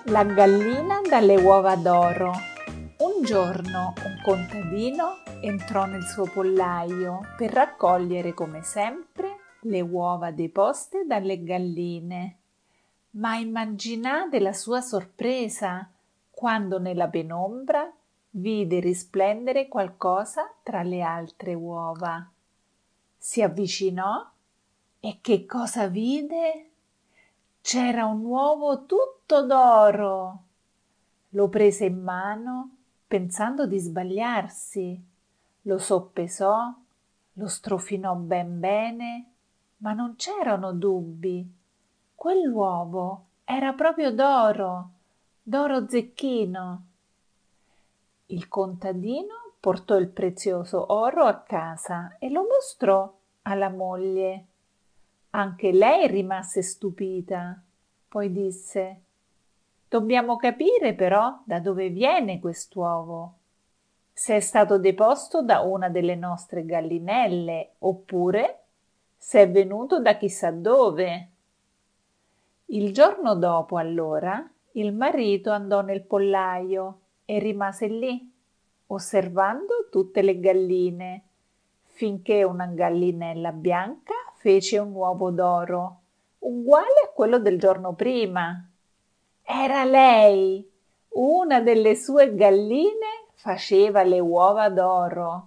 La gallina dalle uova d'oro. Un giorno un contadino entrò nel suo pollaio per raccogliere come sempre le uova deposte dalle galline. Ma immaginate la sua sorpresa quando nella penombra vide risplendere qualcosa tra le altre uova. Si avvicinò e che cosa vide? C'era un uovo tutto d'oro. Lo prese in mano pensando di sbagliarsi. Lo soppesò, lo strofinò ben bene, ma non c'erano dubbi. Quell'uovo era proprio d'oro zecchino. Il contadino portò il prezioso oro a casa e lo mostrò alla moglie. Anche lei rimase stupita. Poi disse: «Dobbiamo capire però da dove viene quest'uovo. Se è stato deposto da una delle nostre gallinelle oppure se è venuto da chissà dove». Il giorno dopo, allora, il marito andò nel pollaio e rimase lì, osservando tutte le galline, finché una gallinella bianca fece un uovo d'oro, uguale a quello del giorno prima. Era lei, una delle sue galline faceva le uova d'oro.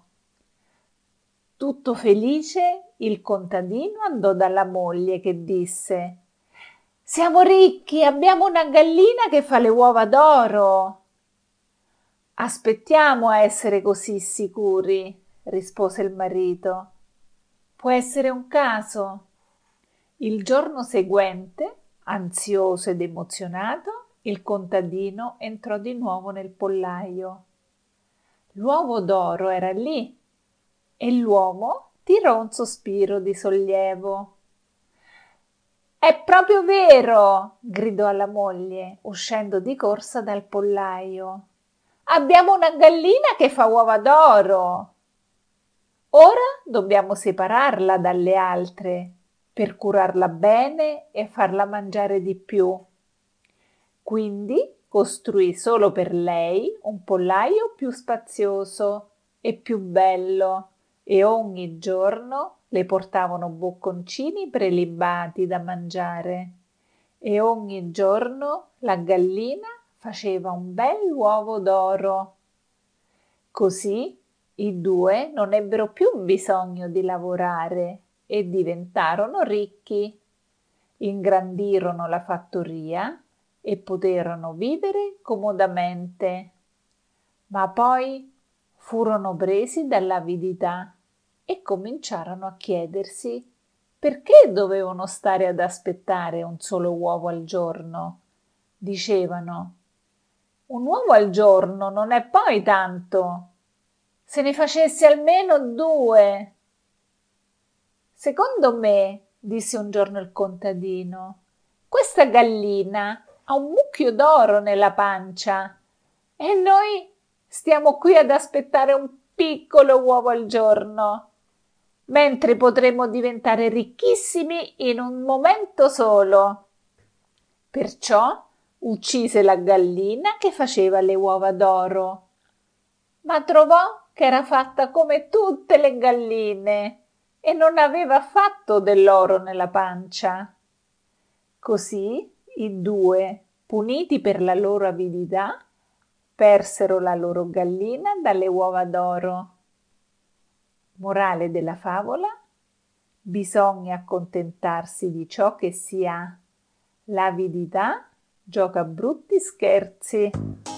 Tutto felice, il contadino andò dalla moglie che disse: «Siamo ricchi, abbiamo una gallina che fa le uova d'oro». «Aspettiamo a essere così sicuri», rispose il marito. «Può essere un caso». Il giorno seguente, ansioso ed emozionato, il contadino entrò di nuovo nel pollaio. L'uovo d'oro era lì e l'uomo tirò un sospiro di sollievo. «È proprio vero!» gridò alla moglie, uscendo di corsa dal pollaio. «Abbiamo una gallina che fa uova d'oro! Ora dobbiamo separarla dalle altre per curarla bene e farla mangiare di più». Quindi costruì solo per lei un pollaio più spazioso e più bello e ogni giorno le portavano bocconcini prelibati da mangiare e ogni giorno la gallina faceva un bell'uovo d'oro. Così i due non ebbero più bisogno di lavorare e diventarono ricchi. Ingrandirono la fattoria e poterono vivere comodamente. Ma poi furono presi dall'avidità e cominciarono a chiedersi perché dovevano stare ad aspettare un solo uovo al giorno. Dicevano: «Un uovo al giorno non è poi tanto. Se ne facesse almeno 2. «Secondo me», disse un giorno il contadino, «questa gallina ha un mucchio d'oro nella pancia e noi stiamo qui ad aspettare un piccolo uovo al giorno, mentre potremmo diventare ricchissimi in un momento solo». Perciò uccise la gallina che faceva le uova d'oro, ma trovò che era fatta come tutte le galline e non aveva affatto dell'oro nella pancia. Così i due, puniti per la loro avidità, persero la loro gallina dalle uova d'oro. Morale della favola: bisogna accontentarsi di ciò che si ha. L'avidità gioca brutti scherzi.